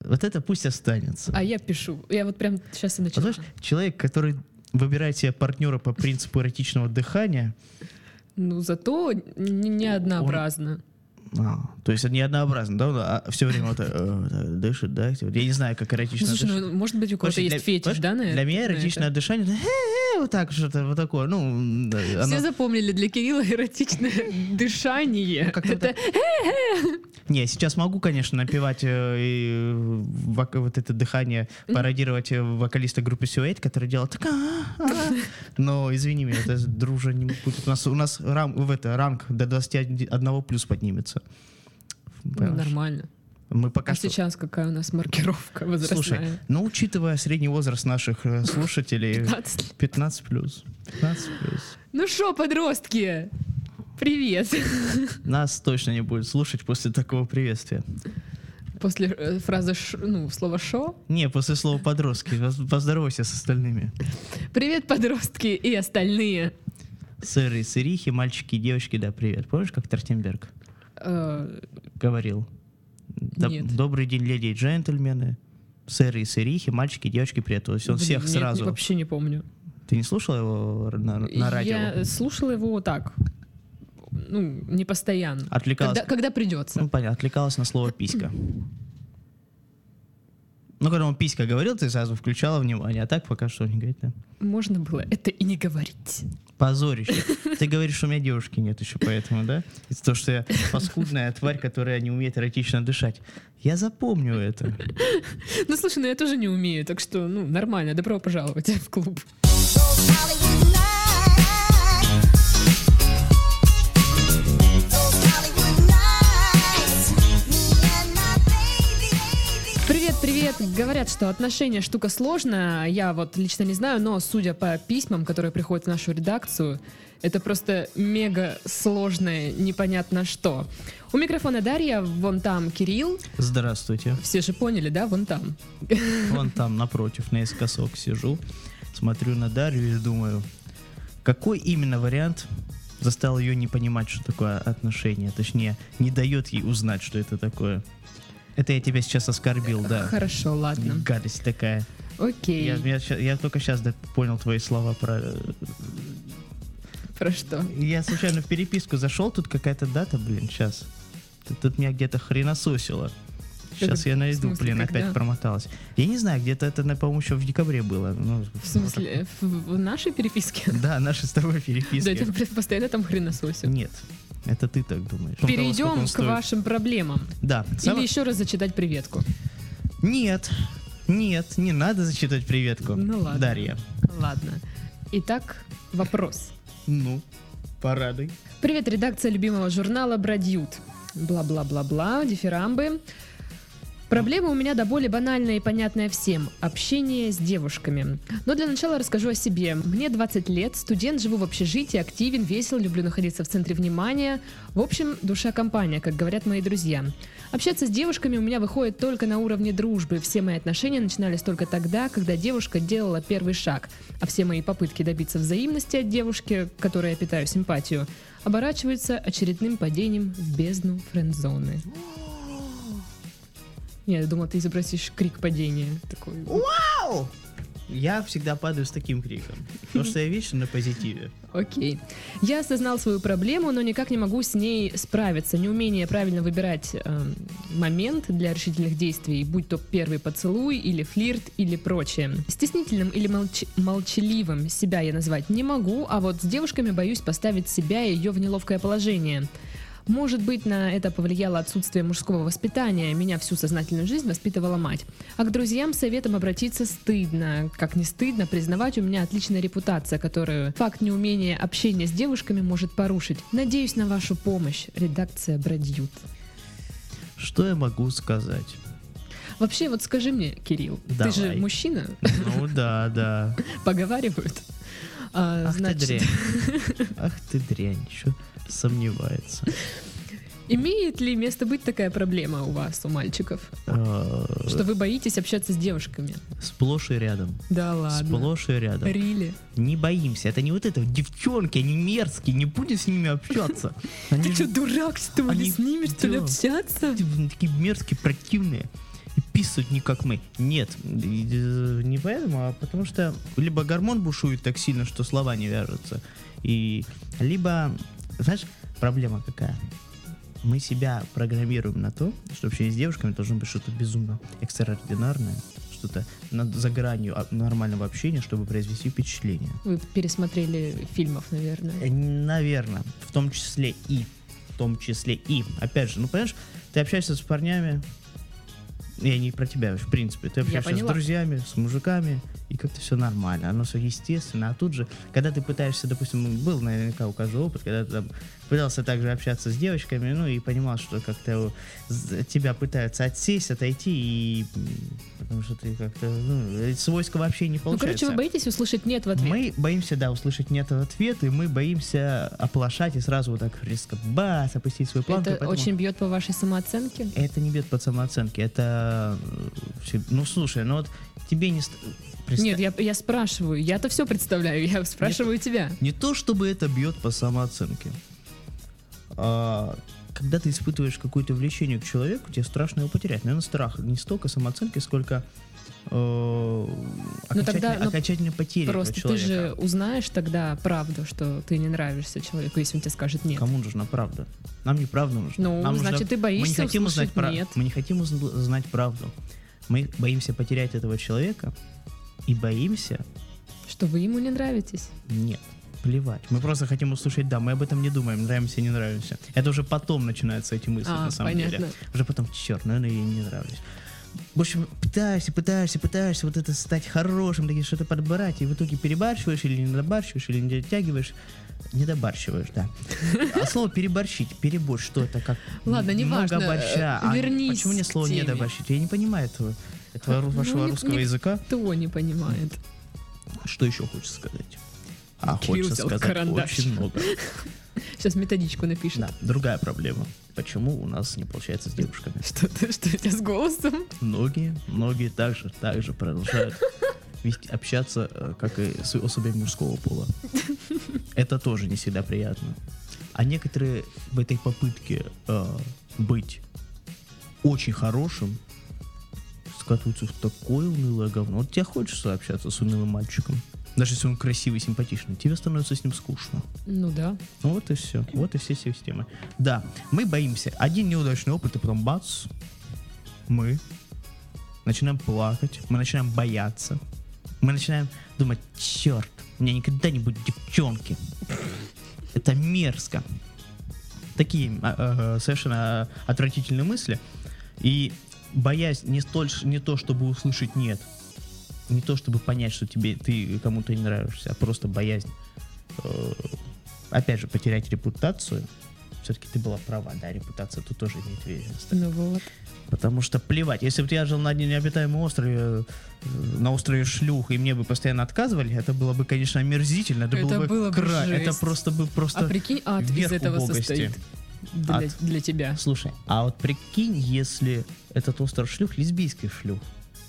Вот это пусть останется. А я пишу. Я вот прям сейчас и начала. Знаешь, человек, который выбирает себе партнера по принципу эротичного дыхания. Ну, зато не однообразно. То есть это не однообразно, да? А все время вот дышит, да? Я не знаю, как эротично Слушай, дышит. ну, может быть, у кого-то есть фетиш, да, на это? Для меня эротичное дышание, вот так что-то, вот такое, ну... Все запомнили для Кирилла эротичное дышание. Это... Не, сейчас могу, конечно, напевать вот это дыхание, пародировать вокалиста группы Сюэйт, который делал так, но, извини меня, это дружа не будет. У нас ранг до 21 плюс поднимется. Ну, нормально. Мы пока что... сейчас какая у нас маркировка возрастная? Слушай, ну, учитывая средний возраст наших слушателей... 15 плюс. 15 плюс. Ну шо, подростки, привет. Нас точно не будет слушать после такого приветствия. После фразы, слова «шо»? Не, после слова «подростки». Поздоровайся с остальными. Привет, подростки и остальные. Сыры, сырихи, мальчики и девочки, да, привет. Помнишь, как Трахтенберг говорил? Нет. Добрый день, леди и джентльмены. Сыры и сырихи, мальчики и девочки, привет. То есть он всех нет, сразу... вообще не помню. Ты не слушал его на радио? Я слушала его так, не постоянно. Отвлекалась. Когда придется. Ну, понятно, отвлекалась на слово «писька». Ну, когда он «писька» говорил, ты сразу включала внимание, а так пока что не говорит, да? Можно было это и не говорить. Позорище. Ты говоришь, что у меня девушки нет еще поэтому, да? Из-за того, что я паскудная тварь, которая не умеет эротично дышать. Я запомню это. Ну, слушай, я тоже не умею, так что, нормально. Добро пожаловать в клуб. Привет. Говорят, что отношения штука сложная. Я вот лично не знаю, но судя по письмам, которые приходят в нашу редакцию, это просто мега сложное, непонятно что. У микрофона Дарья, вон там Кирилл. Здравствуйте. Все же поняли, да? Вон там. Вон там напротив, наискосок сижу, смотрю на Дарью и думаю, какой именно вариант заставил ее не понимать, что такое отношения, точнее, не дает ей узнать, что это такое. Это я тебя сейчас оскорбил, да. Хорошо, ладно. Гадость такая. Окей. Я только сейчас понял твои слова про... Про что? Я случайно в переписку зашел, тут какая-то дата, сейчас. Тут меня где-то хренососило. Сейчас я найду, опять промоталась. Я не знаю, где-то это, по-моему, еще в декабре было. В смысле, в нашей переписке? Да, нашей с тобой переписке. Да, ты постоянно там хренососил. Нет. Это ты так думаешь. Перейдем к вашим проблемам. Да. Или еще раз зачитать приветку. Нет, не надо зачитать приветку. Ну ладно. Дарья. Ладно. Итак, вопрос. Порадуй. Привет, редакция любимого журнала «Бродьют». Бла-бла-бла-бла, дифирамбы. Проблема у меня до боли банальная и понятная всем – общение с девушками. Но для начала расскажу о себе. Мне 20 лет, студент, живу в общежитии, активен, весел, люблю находиться в центре внимания. В общем, душа-компания, как говорят мои друзья. Общаться с девушками у меня выходит только на уровне дружбы. Все мои отношения начинались только тогда, когда девушка делала первый шаг. А все мои попытки добиться взаимности от девушки, которой я питаю симпатию, оборачиваются очередным падением в бездну френд-зоны. Нет, я думала, ты изобразишь крик падения. Такой. Вау! Я всегда падаю с таким криком, потому что я вечно на позитиве. Окей. Я осознал свою проблему, но никак не могу с ней справиться. Неумение правильно выбирать момент для решительных действий, будь то первый поцелуй, или флирт, или прочее. Стеснительным или молчаливым себя я назвать не могу, а вот с девушками боюсь поставить себя и ее в неловкое положение. Может быть, на это повлияло отсутствие мужского воспитания. Меня всю сознательную жизнь воспитывала мать. А к друзьям с советом обратиться стыдно. Как не стыдно признавать, у меня отличная репутация, которую факт неумения общения с девушками может порушить. Надеюсь на вашу помощь. Редакция «Бродьют». Что я могу сказать? Вообще, вот скажи мне, Кирилл, Давай. Ты же мужчина? Ну да. Поговаривают? Ах ты дрянь. Ах ты дрянь, что сомневается. Имеет ли место быть такая проблема у вас, у мальчиков? Что вы боитесь общаться с девушками? Сплошь и рядом. Да ладно. Сплошь и рядом. Really? Не боимся. Это не вот это, девчонки, они мерзкие, не будем с ними общаться. Ты что, дурак, что ли, с ними, что ли, общаться? Они такие мерзкие, противные. И описывать не как мы. Нет, не поэтому, а потому что либо гормон бушует так сильно, что слова не вяжутся, и либо, знаешь, проблема какая? Мы себя программируем на то, что общение с девушками должно быть что-то безумно экстраординарное, что-то за гранью нормального общения, чтобы произвести впечатление. Вы пересмотрели фильмов, наверное. Наверное, в том числе и. Опять же, ну, понимаешь, ты общаешься с парнями, я не про тебя, в принципе, ты общаешься с друзьями, с мужиками, и как-то все нормально, оно все естественно, а тут же, когда ты пытаешься, допустим, был наверняка у каждого опыт, когда ты там пытался также общаться с девочками, ну, и понимал, что как-то тебя пытаются отсесть, отойти, и потому что ты как-то, ну, свойства вообще не получается. Ну, короче, вы боитесь услышать «нет» в ответ? Мы боимся, да, услышать «нет» в ответ, и мы боимся оплошать и сразу вот так резко бац, опустить свой планку. Это очень бьет по вашей самооценке? Это не бьет по самооценке, это, ну, слушай, ну вот тебе не... Нет, я спрашиваю, я-то все представляю, я спрашиваю тебя. Не то, чтобы это бьет по самооценке. Когда ты испытываешь какое-то влечение к человеку, тебе страшно его потерять. Наверное, страх не столько самооценки, сколько окончательной потери просто этого человека. Ты же узнаешь тогда правду, что ты не нравишься человеку, если он тебе скажет «нет». Кому нужна правда? Нам не правда нужна. Ну, Нам значит, нужно... ты боишься услышать «нет». Мы не хотим узнать правду. Мы боимся потерять этого человека и боимся... Что вы ему не нравитесь? Нет. Плевать. Мы просто хотим услышать «да». Мы об этом не думаем, нравимся, не нравимся. Это уже потом начинаются эти мысли, на самом деле. Уже потом, черт, наверное, я не нравлюсь. В общем, пытаешься вот это стать хорошим, такие что-то подбирать, и в итоге перебарщиваешь или не добарщиваешь, или не дотягиваешь. Не добарщиваешь, да. А слово переборщить, перебор, что это, как ладно, не важно. Вернись. Почему мне слово не доборщить? Я не понимаю этого вашего русского языка. Никто не понимает. Что еще хочется сказать? Кирилл хочется сказать карандаш. очень много. Сейчас методичку напишет. Да, другая проблема. Почему у нас не получается с девушками? Что у тебя с голосом? Многие также продолжают общаться, как и с особями мужского пола. Это тоже не всегда приятно. А некоторые в этой попытке быть очень хорошим скатываются в такое унылое говно. Вот тебе хочется общаться с унылым мальчиком, даже если он красивый, симпатичный, тебе становится с ним скучно. Ну да. Ну вот и все. Вот и все системы. Да, мы боимся. Один неудачный опыт, и потом бац, мы начинаем плакать, мы начинаем бояться, мы начинаем думать, черт, у меня никогда не будет девчонки. Это мерзко. Такие совершенно отвратительные мысли. И боясь не то, чтобы услышать «нет», не то, чтобы понять, что ты кому-то не нравишься, а просто боязнь, опять же, потерять репутацию. Все-таки ты была права, да, репутация тут тоже имеет место. Ну вот. Потому что плевать, если бы я жил на необитаемом острове, на острове шлюх, и мне бы постоянно отказывали, это было бы, конечно, омерзительно, это было бы край, это просто бы А прикинь, ад из этого состоит для тебя. Слушай, а вот прикинь, если этот остров шлюх лесбийских шлюх.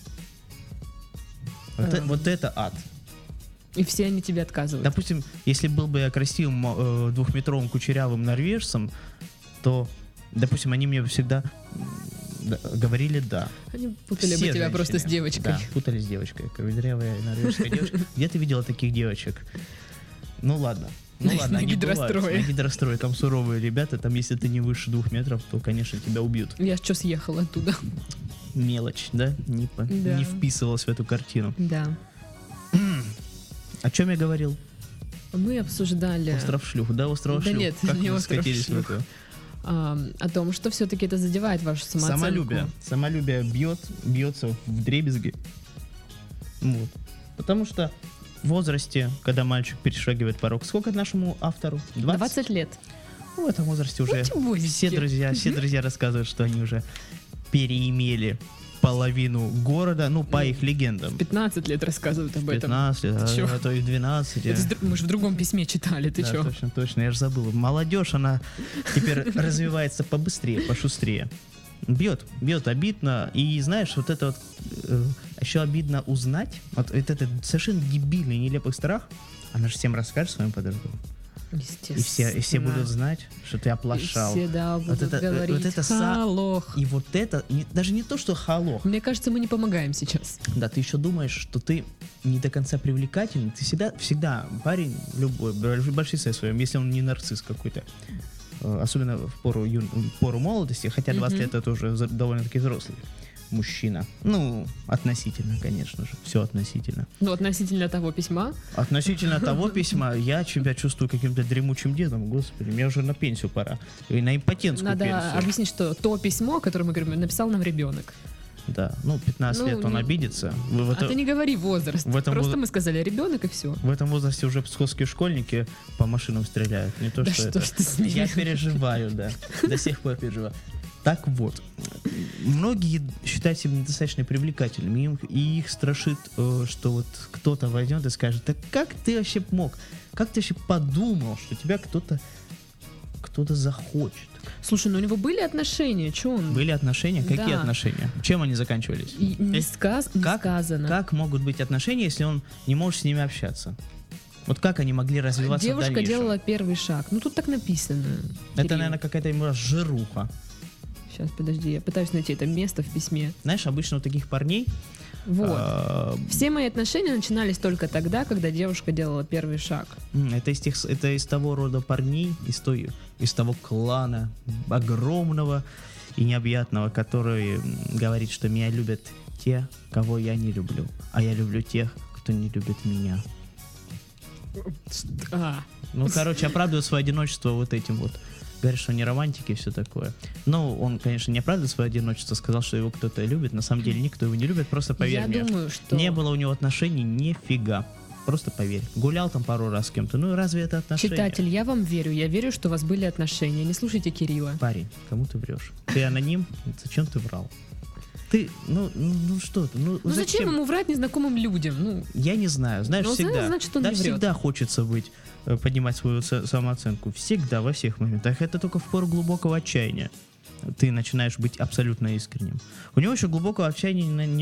Вот это ад. И все они тебе отказывают. Допустим, если был бы я красивым двухметровым кучерявым норвежцем, то, допустим, они мне всегда говорили «да». Они путали бы тебя просто с девочкой. Да, путали с девочкой. Кучерявая норвежская девочка. Где ты видела таких девочек? Ну ладно, они бывают. На гидрострое. Там суровые ребята, там если ты не выше 2 метров, то, конечно, тебя убьют. Я что съехала оттуда. Мелочь, да? Не вписывалась в эту картину. Да. О чем я говорил? Мы обсуждали... Остров шлюх, да? Остров шлюх. Да нет, как не мы остров скатились шлюх. в это? О том, что все-таки это задевает вашу самооценку. Самолюбие бьется в дребезги. Вот. Потому что в возрасте, когда мальчик перешагивает порог, сколько нашему автору? 20 лет. В этом возрасте уже все друзья рассказывают, что они уже переимели половину города, ну, по их легендам. 15 лет рассказывают об этом. 15 лет, а то и 12. Мы же в другом письме читали, ты чё? Точно, я же забыл. Молодежь, она теперь развивается побыстрее, пошустрее. Бьет обидно. И знаешь, вот это вот еще обидно узнать, вот этот совершенно дебильный, нелепый страх, она же всем расскажет своим подругам. Естественно. И все будут знать, что ты оплошал. И все, да, будут говорить, вот это халох. И вот это, даже не то, что халох. Мне кажется, мы не помогаем сейчас. Да, ты еще думаешь, что ты не до конца привлекательный. Ты всегда парень любой, в большинстве своем, если он не нарцисс какой-то, особенно в пору молодости, хотя 20 лет это уже довольно-таки взрослый мужчина. Ну, относительно, конечно же. Все относительно. Ну, относительно того письма. Относительно того письма я себя чувствую каким-то дремучим дедом. Господи, мне уже на пенсию пора. И на импотентскую Надо пенсию. объяснить, что то письмо, которое мы говорим, написал нам ребенок. Да, 15 лет он обидится. Ты не говори возраст. Просто мы сказали ребенок и все. В этом возрасте уже псковские школьники по машинам стреляют. Не то, да что что это. ж ты с ними? Я переживаю, да. До сих пор переживаю. Так вот, многие считают себя недостаточно привлекательными, и их страшит, что вот кто-то возьмет и скажет: да как ты вообще мог? Как ты вообще подумал, что тебя кто-то захочет? Слушай, ну у него были отношения, что он? Были отношения? Какие Да. отношения? Чем они заканчивались? Не сказано. Как могут быть отношения, если он не может с ними общаться? Вот как они могли развиваться в Девушка дальнейшем? делала первый шаг. Ну тут так написано. Это, Кирилл. наверное, какая-то ему жируха. Сейчас, подожди, я пытаюсь найти это место в письме. Знаешь, обычно у таких парней... Вот. Все мои отношения начинались только тогда, когда девушка делала первый шаг. Это из того рода парней, из того клана огромного и необъятного, который говорит, что меня любят те, кого я не люблю, а я люблю тех, кто не любит меня. Ну, короче, оправдывает свое одиночество вот этим вот. Говорит, что не романтики и все такое. Но он, конечно, не оправдывает свое одиночество, сказал, что его кто-то любит. На самом деле никто его не любит, просто поверь мне. Я думаю, что... Не было у него отношений нифига. Просто поверь. Гулял там пару раз с кем-то. Ну, разве это отношения? Читатель, я вам верю. Я верю, что у вас были отношения. Не слушайте Кирилла. Парень, кому ты врешь? Ты аноним? Зачем ты врал? Ты, что ты? Ну зачем ему врать незнакомым людям? Ну, я не знаю. Знаешь, ну, всегда. значит, он Да, не врет. всегда хочется поднимать свою самооценку. Всегда, во всех моментах. Это только в пору глубокого отчаяния. Ты начинаешь быть абсолютно искренним. У него еще глубокого отчаяния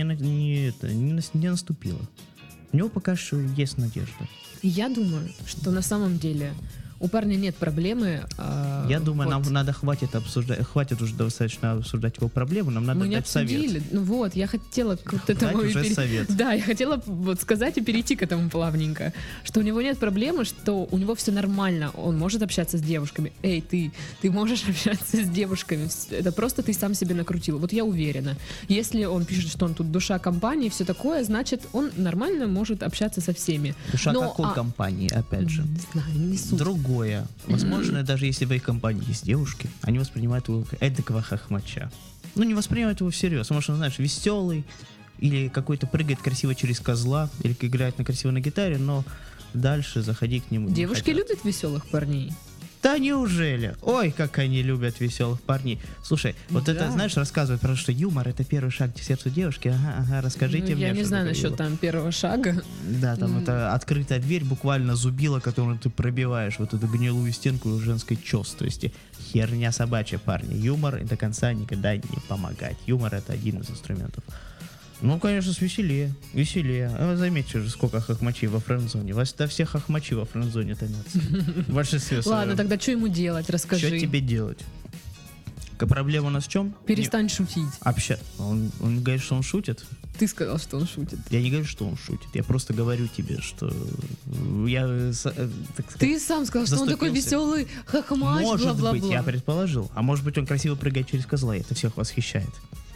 не наступило. У него пока что есть надежда. Я думаю, что на самом деле у парня нет проблемы. Я думаю, вот. нам надо хватит уже достаточно обсуждать его проблему, нам надо Мы не дать совет. обсудили. Ну вот, я хотела к вот этому Хватит уже совет. Да, я хотела вот сказать и перейти к этому плавненько, что у него нет проблемы, что у него все нормально, он может общаться с девушками. Эй, ты можешь общаться с девушками, это просто ты сам себе накрутил. Вот я уверена. Если он пишет, что он тут душа компании, все такое, значит, он нормально может общаться со всеми. Душа какой компании, опять же? Не знаю, не суть. Другое. Возможно, даже если в их компании есть девушки, они воспринимают его как эдакого хохмача. Ну, не воспринимают его всерьез. Может, он, знаешь, веселый, или какой-то прыгает красиво через козла, или играет красиво на гитаре, но дальше заходи к нему. Девушки любят веселых парней. Да неужели? Ой, как они любят веселых парней. Слушай, вот это, знаешь, рассказывают про то, что юмор — это первый шаг к сердцу девушки. Ага, расскажите мне. Я не что знаю такое насчет там первого шага. Да, там это открытая дверь, буквально зубило, которую ты пробиваешь, вот эту гнилую стенку женской чувствости. Херня собачья, парни. Юмор до конца никогда не помогает. Юмор — это один из инструментов. Ну, конечно, веселее. Заметьте же, сколько хохмачей во френдзоне. Да все хохмачи во френдзоне томятся. В большинстве своем. Ладно, тогда что ему делать? Расскажи. Что тебе делать? Проблема у нас в чем? Перестань шутить. Он говорит, что он шутит. Ты сказал, что он шутит. Я не говорю, что он шутит. Я просто говорю тебе, что я, так сказать, Ты сам сказал, что он такой веселый хохмач, может бла-бла-бла. быть, я предположил. А может быть, он красиво прыгает через козла, и это всех восхищает.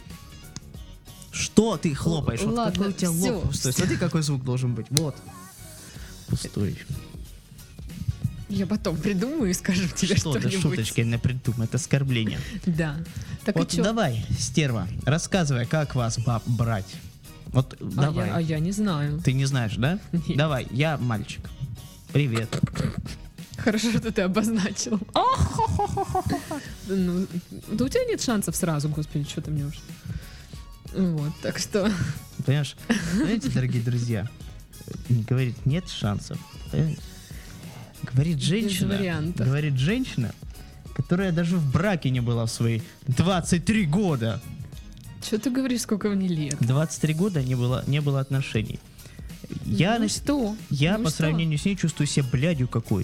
Что ты хлопаешь? Вот Ладно, какой у тебя всё, лоб пустой. Смотри, какой звук должен быть. Вот. Пустой. Я потом придумаю и скажу тебе Что ты что-нибудь. шуточки не придумай, это оскорбление. Да. Так Вот и чё? давай, стерва, рассказывай, как вас баб брать. Вот давай. Я не знаю. Ты не знаешь, да? Нет. Давай, я мальчик. Привет. Хорошо, что ты обозначил. Ну, да у тебя нет шансов сразу, господи, что ты мне уж. Вот, так что... Понимаешь? Знаете, дорогие друзья, говорит, нет шансов. Понимаете? Говорит женщина, которая даже в браке не была в свои 23 года. Что ты говоришь, сколько мне лет? 23 года не было отношений. Я Ну что? по Ну что? сравнению с ней чувствую себя блядью какой-то.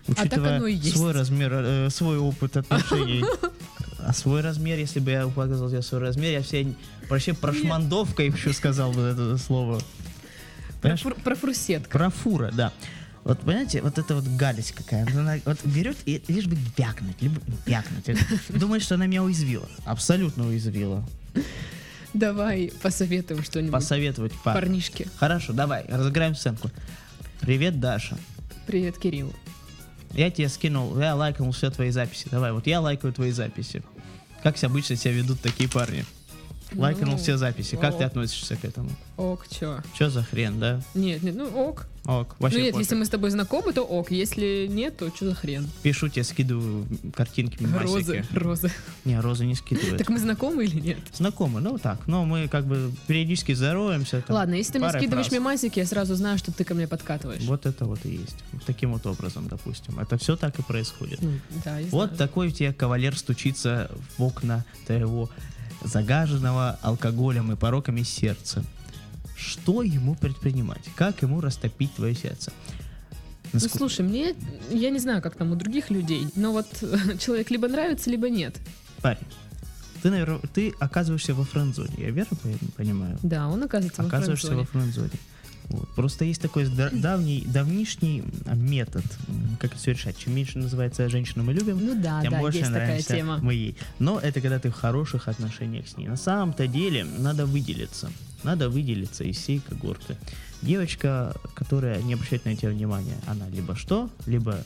Учитывая оно и есть. свой размер, свой опыт отношений. А свой размер, если бы я показал тебе свой размер, я вообще прошмандовкой еще сказал бы это слово. Про фурсетку. Про фура, да. Вот, понимаете, вот это вот гадость какая. Она вот берет и лишь бы вякнуть, либо вякнуть. Думает, что она меня уязвила. Абсолютно уязвила. Давай посоветуем что-нибудь. Посоветовать парню. Парнишке. Хорошо, давай, разыграем сценку. Привет, Даша. Привет, Кирилл. Я тебе скинул, я лайкнул все твои записи. Давай, вот я лайкаю твои записи. Как обычно себя ведут такие парни? Лайкнул все записи. Как ты относишься к этому? Ок, чё? Чё за хрен, да? Нет, ну ок. Ок, вообще Ну нет, пофиг. если мы с тобой знакомы, то ок. Если нет, то что за хрен? Пишу тебе, скидываю картинки, мемасики. Розы. Не, розы не скидывают. Так мы знакомы или нет? Знакомы, ну так. Но мы как бы периодически здороваемся. там, Ладно, если ты мне парой скидываешь фраз. мемасики, я сразу знаю, что ты ко мне подкатываешь. Вот это вот и есть. Вот таким вот образом, допустим. Это все так и происходит. Ну, да, я Вот знаю. такой у тебя кавалер стучится в окна твоего загаженного алкоголем и пороками сердца. Что ему предпринимать? Как ему растопить твое сердце? Ну, слушай, я не знаю, как там у других людей, но вот человек либо нравится, либо нет. Парень, ты, наверное, ты оказываешься во френдзоне, я верно понимаю? Да, он оказывается во Оказываешься во френдзоне. френдзоне. Вот. Просто есть такой давнишний метод, как это все решать. Чем меньше называется женщину мы любим, Ну да, тем да, больше есть такая нравимся тема. мы ей. Но это когда ты в хороших отношениях с ней. На самом-то деле надо выделиться. Надо выделиться из всей когорты. Девочка, которая не обращает на тебя внимания, она либо что, либо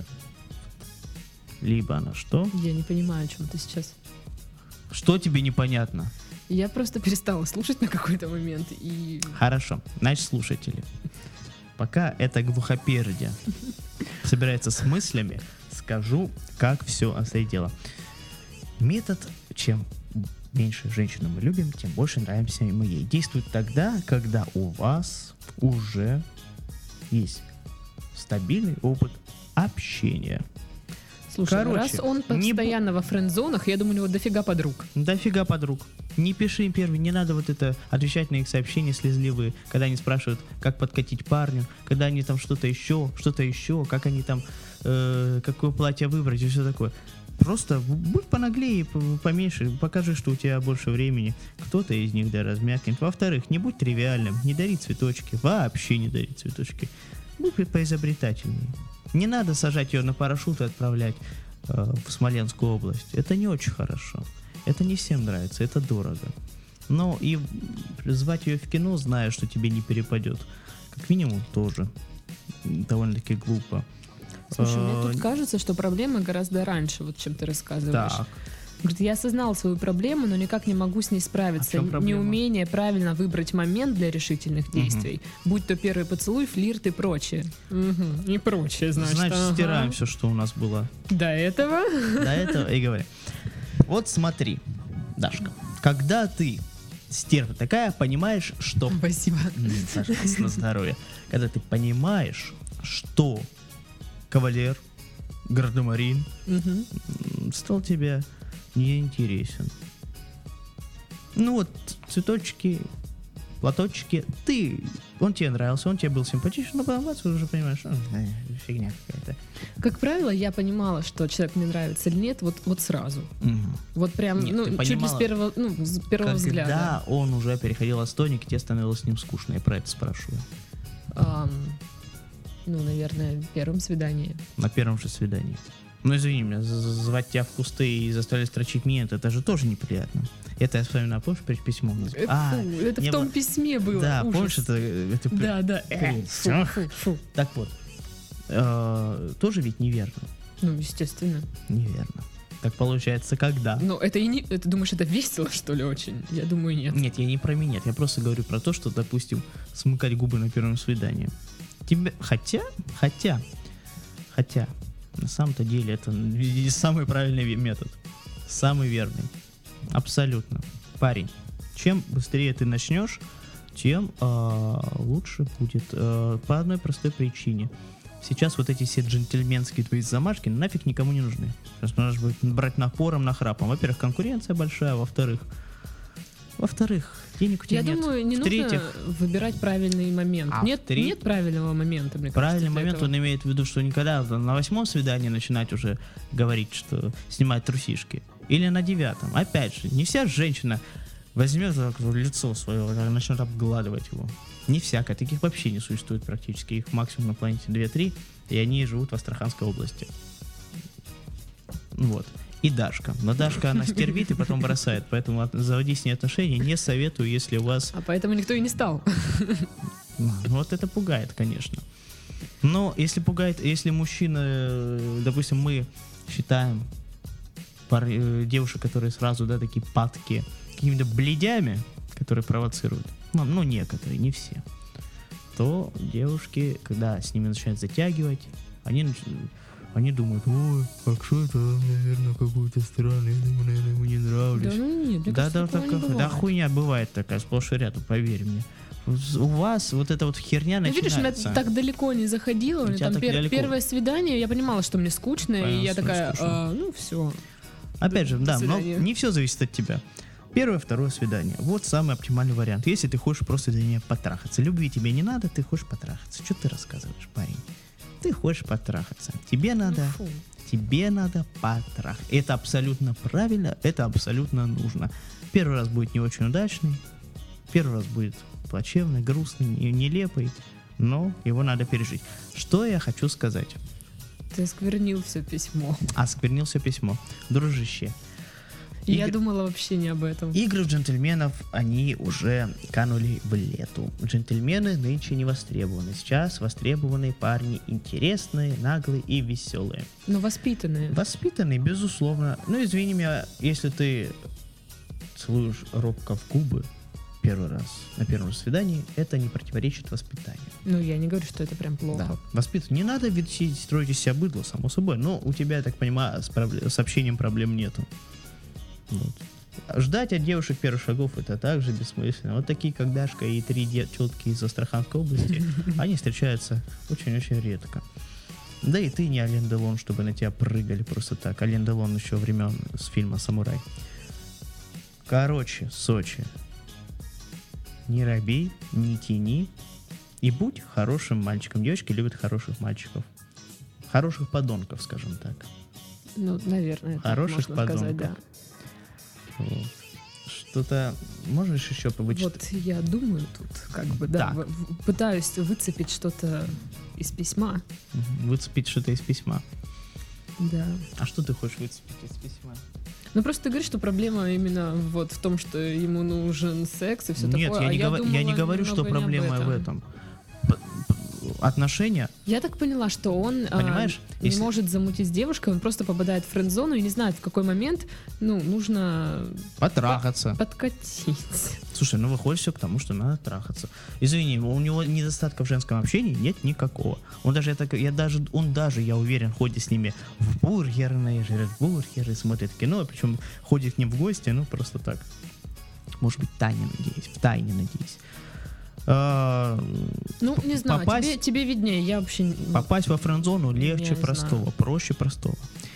она что. Я не понимаю, о чем ты сейчас. Что тебе непонятно? Я просто перестала слушать на какой-то момент и... Хорошо. Значит, слушатели, пока эта глухопердя собирается с мыслями, скажу, как все обстоит дело. Метод, чем меньше женщину мы любим, тем больше нравимся мы ей. Действует тогда, когда у вас уже есть стабильный опыт общения. Слушай, Короче, раз он не постоянно во френд-зонах, я думаю, у него дофига подруг. Дофига подруг. Не пиши им первый, не надо вот это отвечать на их сообщения слезливые, когда они спрашивают, как подкатить парню, когда они там что-то еще, как они там, какое платье выбрать и все такое. Просто будь понаглее, поменьше, покажи, что у тебя больше времени. Кто-то из них, да, размякнет. Во-вторых, не будь тривиальным, не дари цветочки, вообще не дари цветочки. Будь поизобретательнее. Не надо сажать ее на парашют и отправлять в Смоленскую область. Это не очень хорошо. Это не всем нравится, это дорого. Но и звать ее в кино, зная, что тебе не перепадет, как минимум, тоже довольно-таки глупо. Слушай, мне тут кажется, что проблема гораздо раньше, вот чем ты рассказываешь. Так. Говорит, я осознал свою проблему, но никак не могу с ней справиться. А в чем проблема? Неумение правильно выбрать момент для решительных действий. Будь то первый поцелуй, флирт и прочее. И прочее, значит. Ага. Стираем все, что у нас было До этого? до этого, и говорим. Вот смотри, Дашка, когда ты стерва такая, понимаешь, что... Спасибо. Пожалуйста, на здоровье. Когда ты понимаешь, что кавалер, гардемарин стал тебе неинтересен. Ну вот, цветочки, платочки, он тебе нравился, он тебе был симпатичен, но потом ты уже понимаешь, фигня какая-то. Как правило, я понимала, что человек мне нравится или нет, вот сразу. Вот прям, Нет, ты чуть ли понимала, с первого взгляда. Когда он уже переходил отстойник, и тебе становилось с ним скучно, я про это спрашиваю. Наверное, первом свидании. На первом же свидании. Ну, извини меня, звать тебя в кусты и заставлять строчить минет, это же тоже неприятно. Это я вспоминаю, помнишь, перед письмом? Это в том письме было. Да, ужас. помнишь, это Да. Фу. Так вот, тоже ведь неверно. Ну, естественно. Неверно. Так получается, когда? Но это и не... Ты думаешь, это весело, что ли, очень? Я думаю, нет. Нет, я не про минет, я просто говорю про то, что, допустим, смыкать губы на первом свидании. Хотя, на самом-то деле это самый правильный метод. Самый верный. Абсолютно. Парень, чем быстрее ты начнешь, тем лучше будет. По одной простой причине. Сейчас вот эти все джентльменские твои замашки нафиг никому не нужны. Сейчас нужно будет брать напором, нахрапом. Во-первых, конкуренция большая, во-вторых, Во-вторых, денег у тебя Я нет. думаю, не В-третьих, нужно выбирать правильный момент. А Нет правильного момента, мне правильный кажется. для момент, этого. он имеет в виду, что никогда на 8-м свидании начинать уже говорить, что снимать трусишки. Или на 9-м. Опять же, не вся женщина возьмет так в лицо свое, начнет обгладывать его. Не всякое. Таких вообще не существует практически. Их максимум на планете 2-3, и они живут в Астраханской области. Вот. И Дашка. Но Дашка, она стервит и потом бросает. Поэтому заводить с ней отношения не советую, если у вас... А поэтому никто и не стал. Ну, вот это пугает, конечно. Но если пугает, если мужчина, допустим, мы считаем девушек, которые сразу, да, такие падки, какими-то бледями, которые провоцируют, ну, некоторые, не все, то девушки, когда с ними начинают затягивать, они думают, ой, а что это, наверное, какой-то странный, наверное, ему не нравлюсь. Да, ну нет, мне Да, кажется, такого не да, бывает. хуйня бывает такая, сплошь и рядом, поверь мне. У вас вот эта вот херня Ну, видишь, у начинается. меня так далеко не заходило. У меня тебя там так далеко. первое свидание, я понимала, что мне скучно, и Понятно, я что такая, скучно. ну все. Опять же, До да, но свидания. не все зависит от тебя. Первое, второе свидание. Вот самый оптимальный вариант. Если ты хочешь просто для нее потрахаться. Любви тебе не надо, ты хочешь потрахаться. Что ты рассказываешь, парень? Ты хочешь потрахаться. Тебе надо потрахаться. Это абсолютно правильно, это абсолютно нужно. Первый раз будет не очень удачный, первый раз будет плачевный, грустный, нелепый, но его надо пережить. Что я хочу сказать? Ты осквернил все письмо. Осквернил все письмо. Дружище, Я думала вообще не об этом. игры в джентльменов, они уже канули в лету. Джентльмены нынче не востребованы. Сейчас востребованы парни интересные, наглые и веселые. Но воспитанные. Воспитанные, безусловно. Ну, извини меня, если ты целуешь робко в губы первый раз на первом свидании, это не противоречит воспитанию. Ну, я не говорю, что это прям плохо. Да. Воспитывать. Не надо ведь строить из себя быдло, само собой. Но у тебя, я так понимаю, с общением проблем нету. Вот. Ждать от девушек первых шагов это также бессмысленно. Вот такие, как Дашка и 3 тетки из Астраханской области, они встречаются очень-очень редко. Да и ты не Ален Делон, чтобы на тебя прыгали просто так. Ален Делон еще времен с фильма «Самурай». Короче, Сочи. Не робей, не тяни и будь хорошим мальчиком. Девочки любят хороших мальчиков. Хороших подонков, скажем так. Ну, наверное, так Хороших можно сказать, да. подонков. Вот. Что-то можешь еще побыть? Вот я думаю тут, как бы, да, Так. пытаюсь выцепить что-то из письма. Выцепить что-то из письма. Да. А что ты хочешь выцепить из письма? Ну просто ты говоришь, что проблема именно вот в том, что ему нужен секс и все Нет, такое. я не говорю, что немного не об проблема в этом. Отношения. Я так поняла, что он Понимаешь, не если- может замутить с девушкой, он просто попадает в френд-зону и не знает, в какой момент, нужно Потрахаться. подкатить. Слушай, выходит все к тому, что надо трахаться. Извини, у него недостатка в женском общении нет никакого. Он даже, я уверен, ходит с ними в бургерные, жрет бургеры, смотрит кино, причем ходит к ним в гости, просто так. Может быть, в тайне надеюсь. Не знаю, попасть- тебе виднее, я вообще... Попасть во френд-зону легче не простого, знаю. проще простого.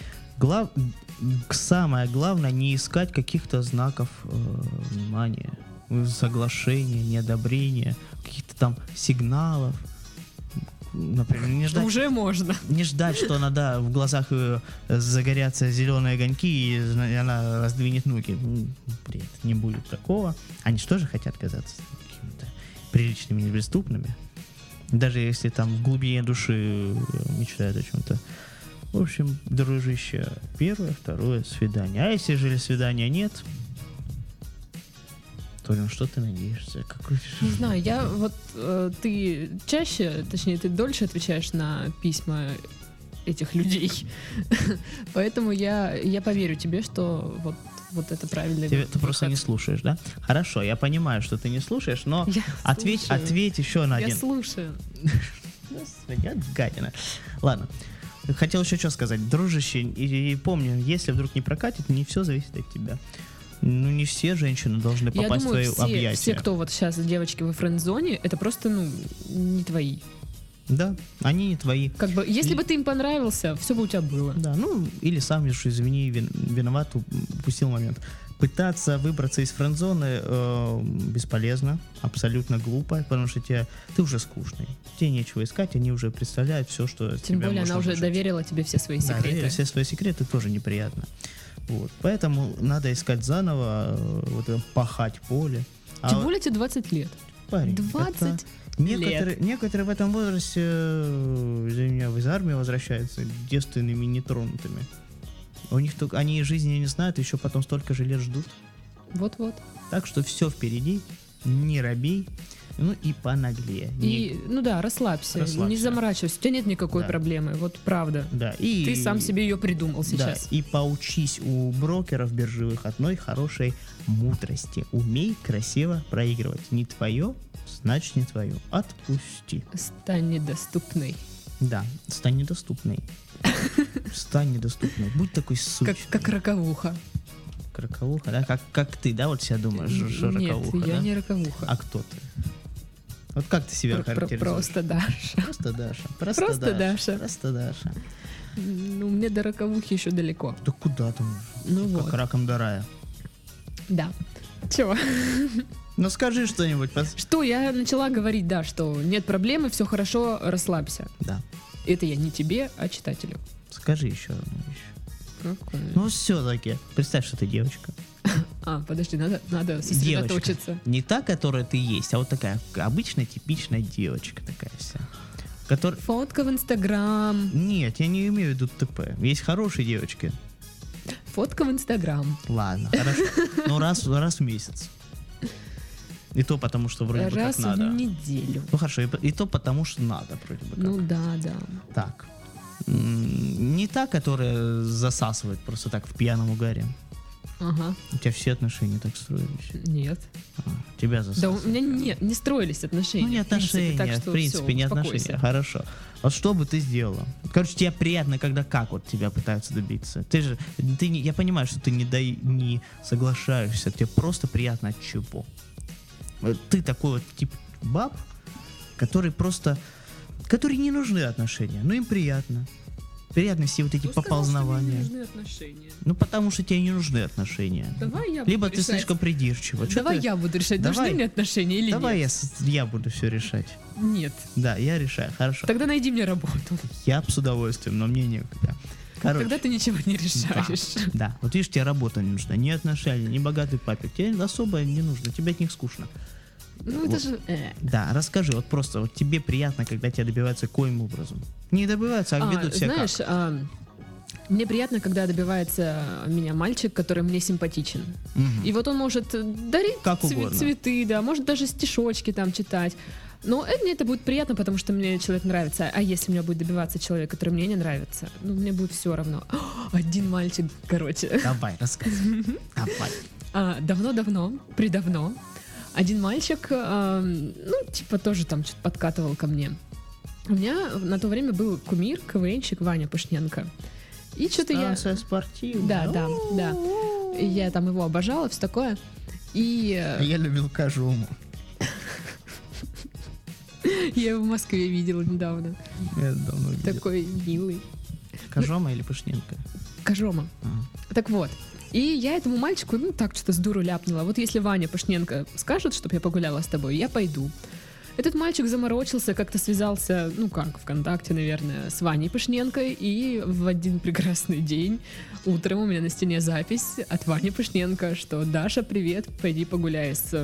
Самое главное, не искать каких-то знаков внимания, соглашения, неодобрения, каких-то там сигналов. Например, Уже можно. не ждать, что она, в глазах загорятся зеленые огоньки, и она раздвинет ноги. Бред, не будет такого. Они же тоже хотят казаться какими-то приличными, неприступными. Даже если там в глубине души мечтают о чем-то. В общем, дружище, первое, второе свидание. А если же свидания нет, то на что ты надеешься? Не знаю, ты чаще, точнее, ты дольше отвечаешь на письма этих людей. Поэтому я поверю тебе, что вот это правильный Ты выход. просто не слушаешь, да? Хорошо, я понимаю, что ты не слушаешь, но Я ответь слушаю. еще на Я один. слушаю. Господи, от гадина. Ладно. Хотел еще что сказать. Дружище, и помни, если вдруг не прокатит, не все зависит от тебя. Не все женщины должны Я попасть думаю, в твои объятия. все, кто вот сейчас девочки во френд-зоне, это просто, не твои. Да, они не твои. Как бы, если бы ты им понравился, все бы у тебя было. Да, или сам, извини, виноват, упустил момент. Пытаться выбраться из френд-зоны бесполезно, абсолютно глупо, потому что ты уже скучный. Тебе нечего искать, они уже представляют все, что Тем более она уже доверила тебе все свои Да, секреты. все свои секреты тоже неприятно. Вот. Поэтому надо искать заново, пахать поле. Тем более тебе 20 лет. Парень, 20 некоторые в этом возрасте, извини меня, из армии возвращаются девственными, нетронутыми. У них только они жизни не знают, еще потом столько же лет ждут. Вот-вот. Так что все впереди, не робей, ну и понаглее. И, расслабься, не заморачивайся, у тебя нет никакой проблемы, вот правда. Да, ты сам себе ее придумал сейчас. Да, и поучись у брокеров биржевых одной хорошей мудрости. Умей красиво проигрывать. Не твое, значит не твое. Отпусти. Стань недоступной. Да, стань недоступной. Стань недоступной. Будь такой сучкой. Как роковуха. Роковуха, да? Как ты, да, вот себя думаешь, что роковуха? Нет, я да? не роковуха. А кто ты? Вот как ты себя характеризуешь? Просто Даша. Просто Даша. Просто Даша. Просто Даша. Ну, мне до роковухи еще далеко. Да куда там? Ну как вот. раком до рая. Да. Чего? Ну скажи что-нибудь. Что я начала говорить, да, что нет проблемы, все хорошо, расслабься. Да. Это я не тебе, а читателю. Скажи еще одну вещь. Какое? Ну все-таки, представь, что ты девочка. Подожди, надо сосредоточиться. Девочка. Не та, которая ты есть, а вот такая обычная, типичная девочка такая вся. Фотка в Инстаграм. Нет, я не имею в виду ТП. Есть хорошие девочки. Фотка в Инстаграм. Ладно, хорошо. Ну раз в месяц. И то потому, что вроде бы как надо. Раз в неделю. Ну хорошо, и то потому, что надо вроде бы как. Ну да. Так. Не та, которая засасывает просто так в пьяном угаре. Ага. У тебя все отношения так строились? Нет. Тебя Да, засасывает. у меня не строились отношения. Ну не отношения, в принципе, не отношения. Хорошо. Вот что бы ты сделала? Короче, тебе приятно, когда как вот тебя пытаются добиться. Я понимаю, что ты не соглашаешься, тебе просто приятно от чего. Ты такой вот тип баб, которые не нужны отношения, но им приятно. Приятно все вот эти поползнования. Сказал, что мне не нужны отношения. Ну потому что тебе не нужны отношения. Давай я Либо буду ты решать. слишком придирчива. Давай я буду решать, Давай. нужны мне отношения или Давай нет. я буду все решать. Нет. Да, я решаю. Хорошо. Тогда найди мне работу. Я б с удовольствием, но мне некогда. Короче, Тогда ты ничего не решаешь. да, вот видишь, тебе работа не нужна, ни отношения, ни богатый папик. Тебе особо не нужно, тебе от них скучно. Ну это же... Да, расскажи, вот просто, вот тебе приятно, когда тебя добиваются коим образом. Не добиваются, а ведут себя знаешь, как. Мне приятно, когда добивается меня мальчик, который мне симпатичен. Мгм. И вот он может дарить Как угодно. цветы, да, может даже стишочки там читать. Но мне это будет приятно, потому что мне человек нравится. А если меня будет добиваться человек, который мне не нравится, ну, мне будет все равно. Один мальчик, короче. Давай, рассказывай. Давай. Давно, придавно, один мальчик, тоже там что-то подкатывал ко мне. У меня на то время был кумир, КВНщик Ваня Пышненко. И что-то Станция спортивная. Да. И я там его обожала, все такое. И Я любил Кожому. я его в Москве видела недавно. Я давно видел. Такой милый. Кожома или Пышненко? Кожома. А. Так вот. И я этому мальчику, так что-то с дуру ляпнула. Вот если Ваня Пышненко скажет, чтобы я погуляла с тобой, я пойду. Этот мальчик заморочился, как-то связался, ВКонтакте, наверное, с Ваней Пышненко, и в один прекрасный день утром у меня на стене запись от Вани Пышненко, что «Даша, привет, пойди погуляй с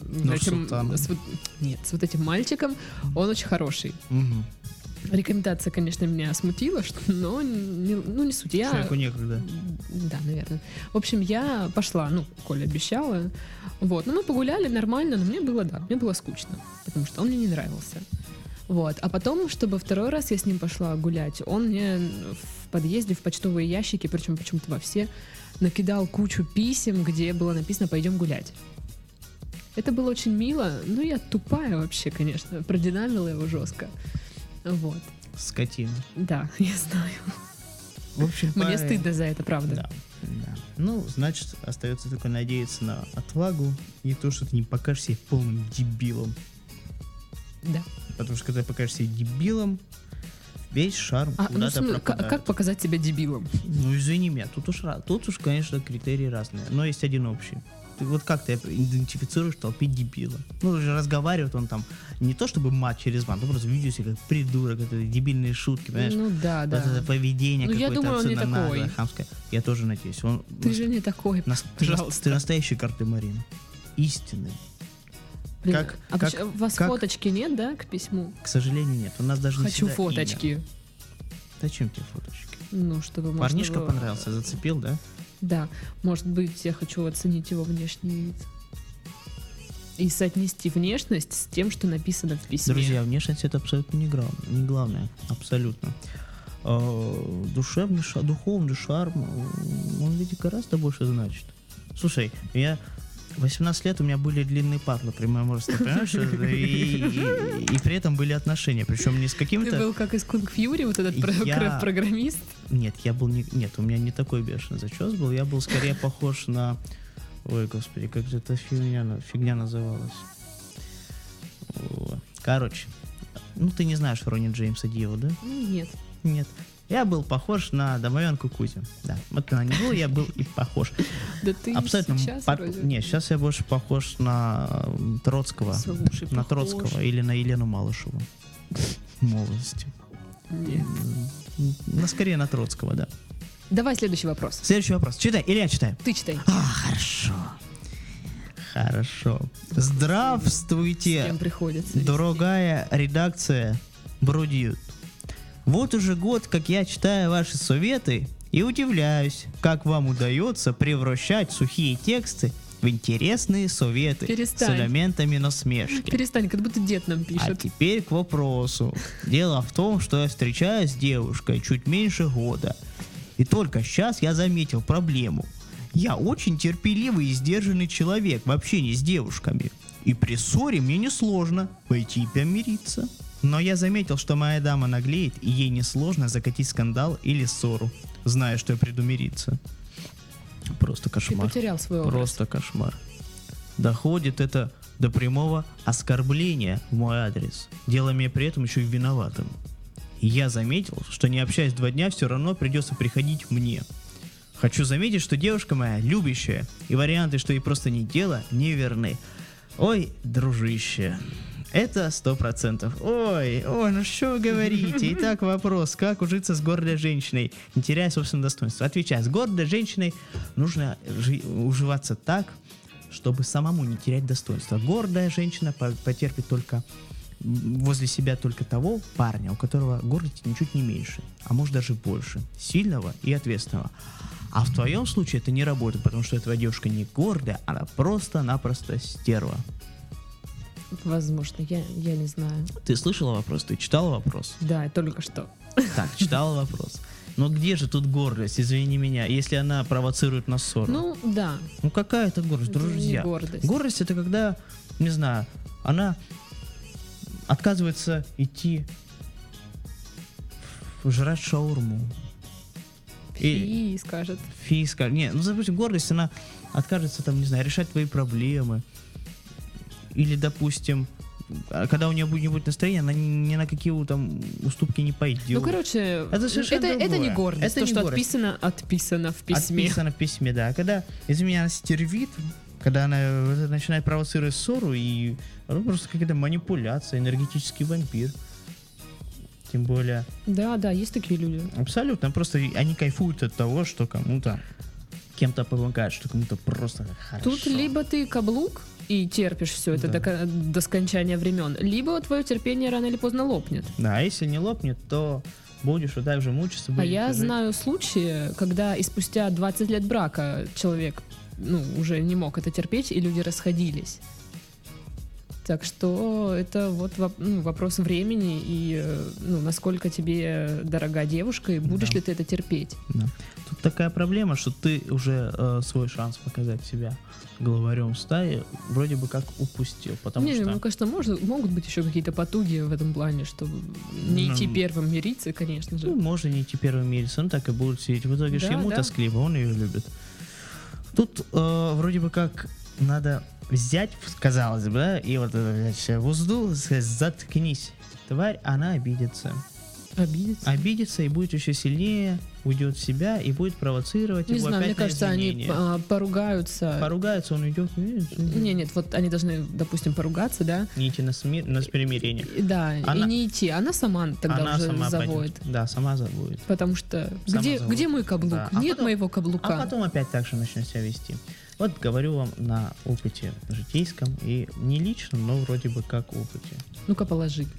вот этим мальчиком, он очень хороший». Угу. Рекомендация, конечно, меня смутила, но не суть. Человеку некогда. Да, наверное. В общем, я пошла, Коля обещала. Вот, мы погуляли нормально, но мне было скучно, потому что он мне не нравился. Вот, а потом, чтобы второй раз я с ним пошла гулять, он мне в подъезде, в почтовые ящики, причем почему-то во все, накидал кучу писем, где было написано «Пойдем гулять». Это было очень мило, но я тупая вообще, конечно, продинамила его жестко. Вот. Скотина. Да, я знаю. В общем, мне стыдно за это, правда. Да. Ну, значит, остается только надеяться на отвагу и то, что ты не покажешь себя полным дебилом. Да. Потому что когда покажешь себя дебилом, весь шарм куда-то пропадает. Как показать себя дебилом? Ну, извини меня, тут уж, конечно, критерии разные, но есть один общий. Вот как ты идентифицируешь в толпе дебила? Ну, уже разговаривает он там не то чтобы мат через мат, но просто видео себе как придурок, это дебильные шутки, понимаешь? Ну да. Вот это поведение какое-то я думаю, он не абсолютно такой. наглое, хамское. Я тоже надеюсь. Ты же не такой, пожалуйста. Ты настоящий кардемарин. Истинный. Блин, у вас фоточки нет, да, к письму? К сожалению, нет. У нас даже не Хочу всегда фоточки. имя. Зачем тебе фоточки? Ну, чтобы можно Парнишка было- понравился, зацепил, да? Да, может быть, я хочу оценить его внешний вид. И соотнести внешность с тем, что написано в письме. Друзья, внешность это абсолютно не главное. Абсолютно. Духовный шарм, он ведь гораздо больше значит. Слушай, 18 лет у меня были длинные патлы при моем росте, понимаешь? И при этом были отношения, причем не с Ты каким-то... был как из Кунг Фьюри, вот этот программист? Нет, Нет, у меня не такой бешеный зачес был, я был скорее похож на... Ой, господи, как же эта фигня называлась. Короче, ты не знаешь Ронни Джеймса Дио, да? Нет. Нет. Я был похож на Домовенку Кузю. Да, вот на него я был и похож. Да ты абсолютно сейчас вроде... Не, сейчас я больше похож на Троцкого. Слушай, На похож. Троцкого или на Елену Малышеву. В молодости. Нет. Скорее на Троцкого, да. Давай следующий вопрос. Следующий вопрос. Читай, или я читаю? Ты читай. Хорошо. С Здравствуйте, кем приходится. дорогая редакция Брудьют. Вот уже год, как я читаю ваши советы и удивляюсь, как вам удается превращать сухие тексты в интересные советы Перестань. с элементами насмешки. Перестань, как будто дед нам А пишет. теперь к вопросу. Дело в том, что я встречаюсь с девушкой чуть меньше года. И только сейчас я заметил проблему. Я очень терпеливый и сдержанный человек в общении с девушками. И при ссоре мне несложно пойти и помириться. Но я заметил, что моя дама наглеет, и ей несложно закатить скандал или ссору, зная, что я приду мириться. Просто Ты кошмар. потерял свой образ. Просто кошмар. Доходит это до прямого оскорбления в мой адрес, делая меня при этом еще и виноватым. И я заметил, что не общаясь 2 дня, все равно придется приходить мне. Хочу заметить, что девушка моя любящая, и варианты, что ей просто не дело, не верны. Ой, дружище, это 100%. Ой, ну что вы говорите? Итак, вопрос, как ужиться с гордой женщиной, не теряя собственного достоинства? Отвечаю, с гордой женщиной нужно уживаться так, чтобы самому не терять достоинство. Гордая женщина потерпит только возле себя только того парня, у которого гордости ничуть не меньше, а может даже больше, сильного и ответственного. А в твоем случае это не работает, потому что твоя девушка не гордая, она просто-напросто стерва. Возможно, я не знаю. Ты слышала вопрос? Ты читала вопрос? Да, только что. Так, читала вопрос. Но где же тут гордость, извини меня, если она провоцирует на ссору? Ну, да. Ну какая это гордость, Это не друзья? гордость. Гордость это когда, не знаю, она отказывается идти жрать шаурму. Фи, скажет. Фиска. Не, допустим, гордость, она откажется, там, не знаю, решать твои проблемы. Или, допустим, когда у нее будет не будет настроения, она ни на какие там уступки не пойдет. Ну, короче, это совершенно это не другое. гордость. Это То, не что гордость. отписано в письме. Отписано в письме, да. Когда, извини меня, она стервит, когда она начинает провоцировать ссору, и она просто какая-то манипуляция, энергетический вампир. Тем более... Да, есть такие люди. Абсолютно. Просто они кайфуют от того, что кем-то помогают, что кому-то просто хорошо. Тут либо ты каблук и терпишь все это до скончания времен, либо твое терпение рано или поздно лопнет. Да, а если не лопнет, то будешь вот так же мучиться. А я знаю случаи, когда и спустя 20 лет брака человек уже не мог это терпеть, и люди расходились. Так что это вот вопрос времени и насколько тебе дорога девушка, и будешь ли ты это терпеть. Да. Тут такая проблема, что ты уже свой шанс показать себя главарем стаи вроде бы как упустил, потому что... Мне кажется, могут быть еще какие-то потуги в этом плане, чтобы не идти первым мириться, конечно же. Можно не идти первым мириться, но так и будут сидеть. В итоге же ему тоскливо, он ее любит. Тут вроде бы как надо взять, казалось бы, да, и вот это взять в узду, сказать, заткнись, тварь, она обидится. обидится и будет еще сильнее, уйдет в себя и будет провоцировать Не его знаю, опять мне кажется, на они извинения. поругаются. Поругаются, он уйдет. Нет, вот они должны, допустим, поругаться, да? Не идти на примирение. Да, и не идти. Она сама тогда Она уже сама заводит. пойдет. Да, сама заводит. Потому что Сама где заводит. мой каблук? Да. Нет потом- моего А каблука. потом опять так же начнет себя вести. Вот говорю вам на опыте житейском и не личном, но вроде бы как опыте. Ну-ка, положи.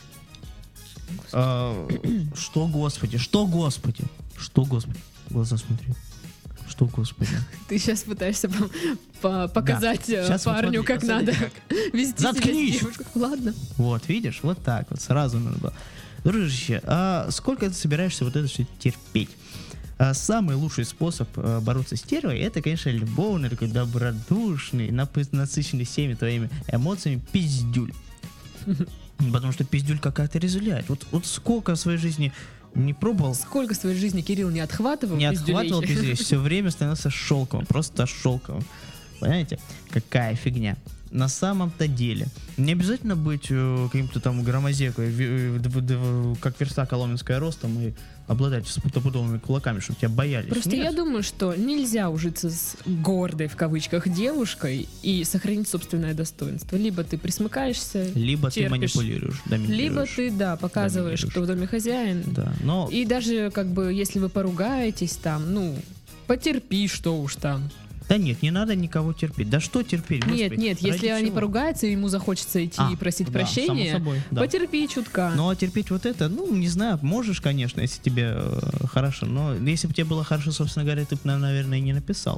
Что, Господи? Что, Господи? Что, Господи? В глаза смотри. Что, Господи? Ты сейчас пытаешься показать Щас вот парню, смотри, как посмотри, надо вести себя с Заткнись! девушкой. Ладно. Вот, видишь? Вот так вот. Сразу надо было. Дружище, а сколько ты собираешься вот это все терпеть? Самый лучший способ бороться с стервой — это, конечно, любовный, такой добродушный, насыщенный всеми твоими эмоциями пиздюль. Потому что пиздюль какая-то резуляет. Вот сколько в своей жизни не пробовал, Сколько в своей жизни Кирилл не отхватывал не пиздюлей? отхватывал пиздюлей, все время становился шелковым, просто шелковым. Понимаете? Какая фигня. На самом-то деле. Не обязательно быть каким-то там громозекой, как верста коломенская ростом, и обладать стопудовыми кулаками, чтобы тебя боялись. Просто Нет. я думаю, что нельзя ужиться с гордой, в кавычках, девушкой и сохранить собственное достоинство. Либо ты присмыкаешься, Либо ты терпишь, манипулируешь, либо доминируешь. ты, да, показываешь, доминируешь. кто в доме хозяин. Да, но И даже, как бы, если вы поругаетесь там, ну, потерпи, что уж там. да нет, не надо никого терпеть. Да что терпеть? Нет, Господи, нет, ради если они чего? поругаются, и ему захочется идти и просить да, прощения, само собой, да. потерпи чутка. Ну, а терпеть вот это, ну, не знаю, можешь, конечно, если тебе хорошо, но если бы тебе было хорошо, собственно говоря, ты бы, наверное, и не написал.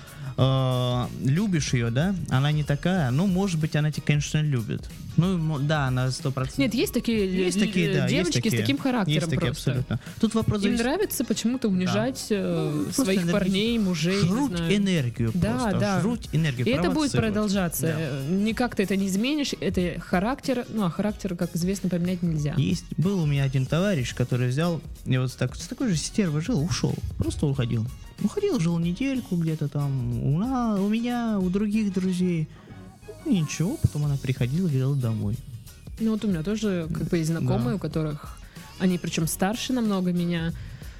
Любишь ее, да? Она не такая, ну, может быть, она тебя, конечно, любит. Ну, да, она 100%. Нет, есть такие, Есть такие, да, есть девочки такие. с таким характером Есть такие, просто. абсолютно. Тут вопрос Им зависит. нравится почему-то унижать просто своих энергетик. парней, мужей, не Жруть знаю. энергию Да, просто. да. Жруть энергию. И это будет провоцировать. продолжаться. Да. Никак ты это не изменишь. Это характер. Ну, а характер, как известно, поменять нельзя. Был у меня один товарищ, который взял, и вот с такой же стервой жил, ушел. Просто уходил. Уходил, жил недельку где-то там у меня, у других друзей. Ну, ничего, потом она приходила, говорила домой. Ну, вот у меня тоже как бы есть знакомые, Да. у которых они причем старше намного меня.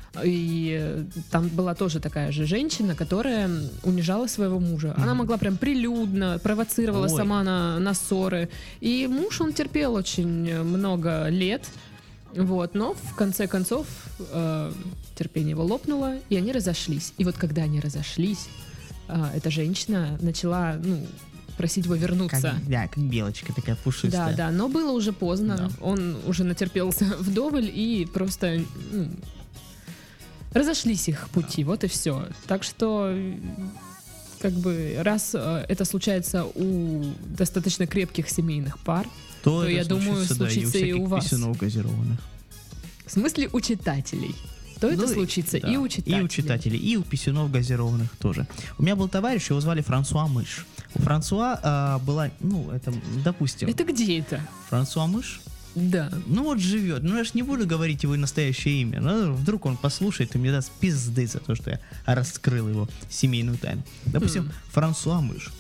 И там была тоже такая же женщина, которая унижала своего мужа. Она могла прям прилюдно, провоцировала Ой. сама на ссоры. И муж, он терпел очень много лет. Вот, но в конце концов терпение его лопнуло, и они разошлись. И вот когда они разошлись, эта женщина начала, ну, просить его вернуться. Как белочка такая пушистая. Да, да, но было уже поздно. Да. Он уже натерпелся вдоволь и просто разошлись их пути, вот и все. Так что, как бы, раз это случается у достаточно крепких семейных пар, То я это думаю, случится, да, случится и всяких у вас. писюнов газированных. в смысле у читателей, то это Ну, случится да, и у читателей. И у читателей, и у писюнов газированных тоже. У меня был товарищ, его звали Франсуа Мыш. У Франсуа была, ну, это, допустим, Это где это? Франсуа Мыш, Да. ну вот живет. Ну я ж не буду говорить его настоящее имя. Ну, вдруг он послушает и мне даст пизды за то, что я раскрыл его семейную тайну. Допустим, Франсуа Мыш.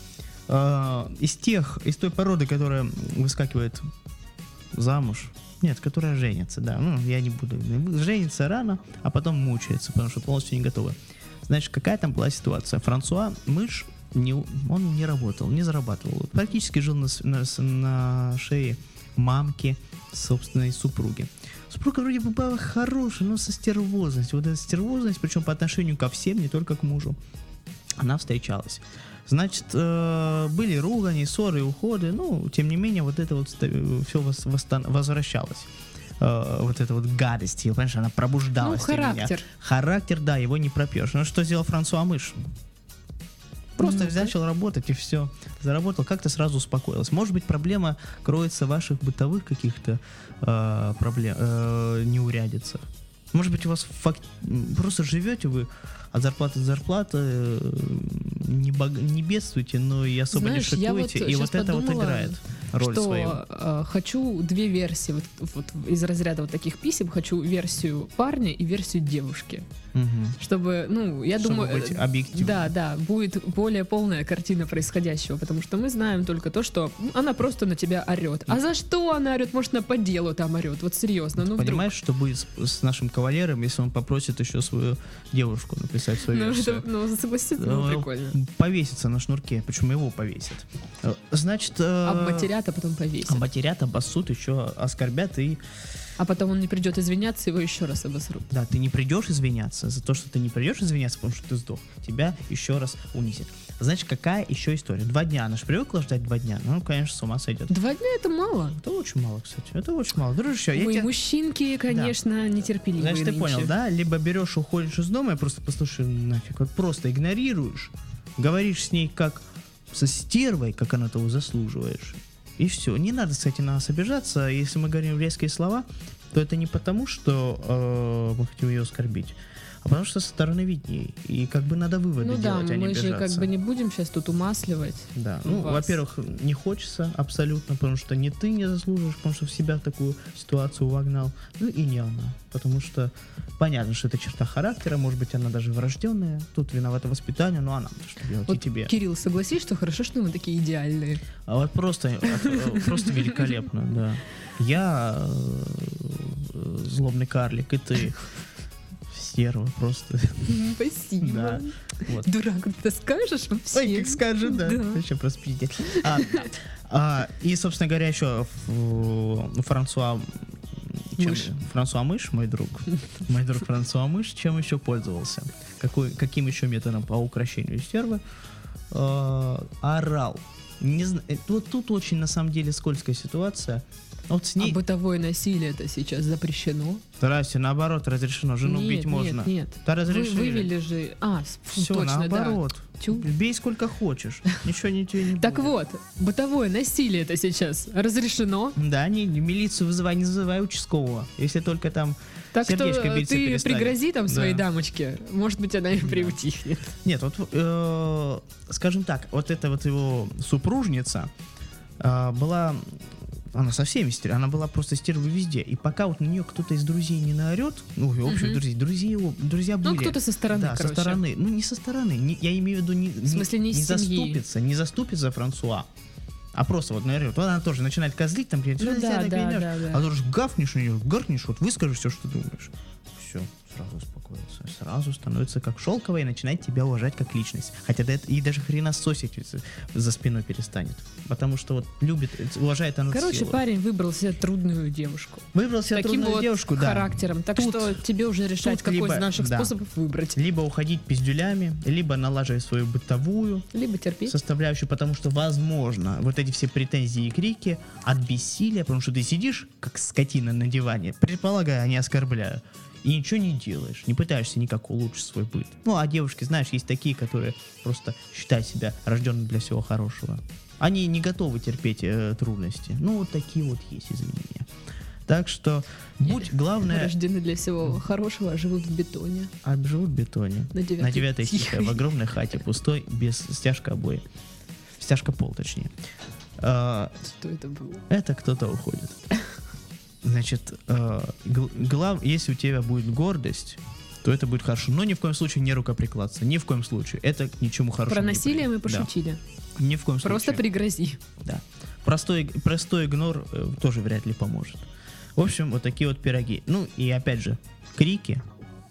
Из той породы, которая выскакивает замуж. Нет, которая женится, да. Ну, я не буду. Женится рано, а потом мучается, потому что полностью не готова. Значит, какая там была ситуация? Франсуа Мыш, он не работал, не зарабатывал. Практически жил на шее мамки собственной супруги. Супруга вроде бы была хорошая, но со стервозностью. Вот эта стервозность, причем по отношению ко всем, не только к мужу, она встречалась. Значит, были ругани, ссоры, уходы, ну, тем не менее, вот это вот все возвращалось. Вот эта вот гадость, понимаешь, она пробуждалась. Ну, характер. Характер, да, его не пропьешь. Ну, что сделал Франсуа Мыш? Просто Ну-ка. начал работать и все. Заработал, как-то сразу успокоилась. Может быть, проблема кроется в ваших бытовых каких-то неурядицах. Может быть, у вас просто живете вы от зарплаты до зарплаты, не бедствуете, но и особо Знаешь, не я шикуете. вот И щас вот это вот подумала, играет роль что свою. хочу две версии вот из разряда вот таких писем. Хочу версию парня и версию девушки. чтобы, я Чтобы думаю... быть объективным. Да, будет более полная картина происходящего, потому что мы знаем только то, что она просто на тебя орет. А за что она орет? Может, она по делу там орет? Вот серьезно, Ты вдруг. понимаешь, что будет с нашим кавалером, если он попросит еще свою девушку написать свою версию? Согласись, прикольно. Повесится на шнурке, почему его повесит. Значит... Обматерят, а потом повесят. Обматерят, обоссут, еще оскорбят и... А потом он не придет извиняться, его еще раз обосрут. Да, ты не придешь извиняться за то, что ты не придешь извиняться, потому что ты сдох. Тебя еще раз унизит. Значит, какая еще история? 2 дня. Она же привыкла ждать 2 дня. Ну, конечно, с ума сойдет. 2 дня это мало. Это очень мало, кстати. Это очень мало. Дружище, я Вы, тебе... мужчинки, конечно, нетерпеливые. Значит, ты нынче. понял, да? Либо берешь, уходишь из дома и просто послушай нафиг. Вот просто игнорируешь, говоришь с ней как со стервой, как она того заслуживаешь. И все. Не надо, кстати, на нас обижаться. Если мы говорим резкие слова, то это не потому, что мы хотим ее оскорбить, а потому что со стороны видней. И как бы надо выводы делать, а не мы же обижаться. как бы не будем сейчас тут умасливать. Да, вас. во-первых, не хочется абсолютно, потому что не ты не заслуживаешь, потому что в себя такую ситуацию вогнал, ну и не она, потому что понятно, что это черта характера, может быть, она даже врожденная, тут виновато воспитание, но она что делать и Вот, тебе. Кирилл, согласись, что хорошо, что мы такие идеальные. А вот просто великолепно, да. Я злобный карлик, и ты стерва просто. Спасибо. Да. Вот. Дурак, ты скажешь вообще? Ой, как скажет, да. Еще просто пиздец. И, собственно говоря, еще Франсуа Мыш, мой друг Франсуа Мыш, чем еще пользовался? Каким еще методом по укрощению стервы? Орал. Не знаю, вот тут очень, на самом деле, скользкая ситуация. Вот с ней... А бытовое насилие это сейчас запрещено? Здрасте, наоборот, разрешено. Жену бить можно. Нет. Да, разрешили. Вывели же... Все, точно, наоборот. да. Тю. Бей сколько хочешь. Ничего тебе не будет. Так вот, бытовое насилие это сейчас разрешено. Да, милицию вызывай, не вызывай участкового. Если только там Так сердечко что биться ты перестанет. пригрози там своей Да. дамочке, может быть, она и приутихнет. Нет, вот, скажем так, вот эта вот его супружница была... Она со всеми стерва, она была просто стервой везде. И пока вот на нее кто-то из друзей не наорет, ну, и общих друзья были. Ну, кто-то со стороны, да, короче. со стороны. Ну, не со стороны. Я имею в виду В смысле, не из семьи. не заступится Франсуа. А просто вот наорет. Вот она тоже начинает козлить, там, говорит, Ну да. а ты же гафнешь на нее, гаркнешь, вот выскажешь все, что думаешь. Все, сразу успокоится. Сразу становится как шелковая и начинает тебя уважать как личность. Хотя и даже хренососить за спиной перестанет. Потому что вот любит, уважает она Короче, силу. парень выбрал себе трудную девушку. Выбрал себе Таким трудную вот девушку, да. характером. Так Тут- что тебе уже решать, тут какой либо- из наших да. способов выбрать. Либо уходить пиздюлями, либо налаживать свою бытовую Либо терпеть. составляющую, потому что, возможно, вот эти все претензии и крики от бессилия, потому что ты сидишь, как скотина на диване, предполагаю, не оскорбляю, и ничего не делаешь, не пытаешься никак улучшить свой быт. Ну, а девушки, знаешь, есть такие, которые просто считают себя рожденными для всего хорошего. Они не готовы терпеть трудности. Ну, вот такие вот есть, извини меня. Так что, главное... Рождены для всего хорошего, а живут в бетоне. Живут в бетоне. На На 9 9-й тихой, в огромной хате, пустой, без стяжка обои. Стяжка пол, точнее. Что это было? Это кто-то уходит. Значит, если у тебя будет гордость, то это будет хорошо. Но ни в коем случае не рукоприкладство. Ни в коем случае. Это к ничему хорошему Про не насилие мы приведет. пошутили. Да. Ни в коем Просто случае. пригрози. Да. Простой игнор тоже вряд ли поможет. В общем, вот такие вот пироги. Ну и опять же, крики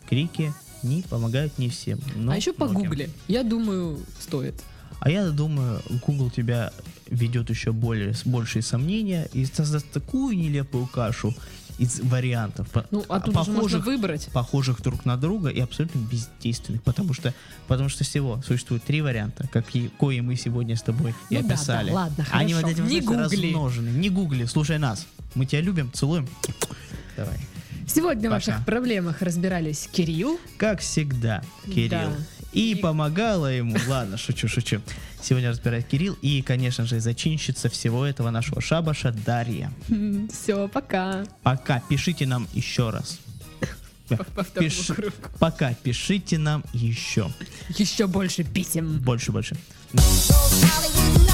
не помогают не всем. Но А еще многим. погугли. Я думаю, стоит. А я думаю, Google тебя ведет еще большие сомнения и создаст такую нелепую кашу из вариантов, Ну, оттуда же можно выбрать. похожих друг на друга и абсолютно бездейственных, потому что всего существует 3 варианта, кои мы сегодня с тобой и Ну да, описали. да, ладно, Они вот хорошо. эти Не вот гугли. размножены. Не гугли, слушай нас. Мы тебя любим, целуем. Давай. Сегодня в Пока. ваших проблемах разбирались Кирилл. Как всегда, Кирилл. Да. И помогала ему. Ладно, шучу. Сегодня разбирает Кирилл и, конечно же, зачинщица всего этого нашего шабаша Дарья. Все, пока. Пока. Пишите нам еще раз. По второму кругу. Пока. Пишите нам еще. Еще больше писем. Больше. Hollywood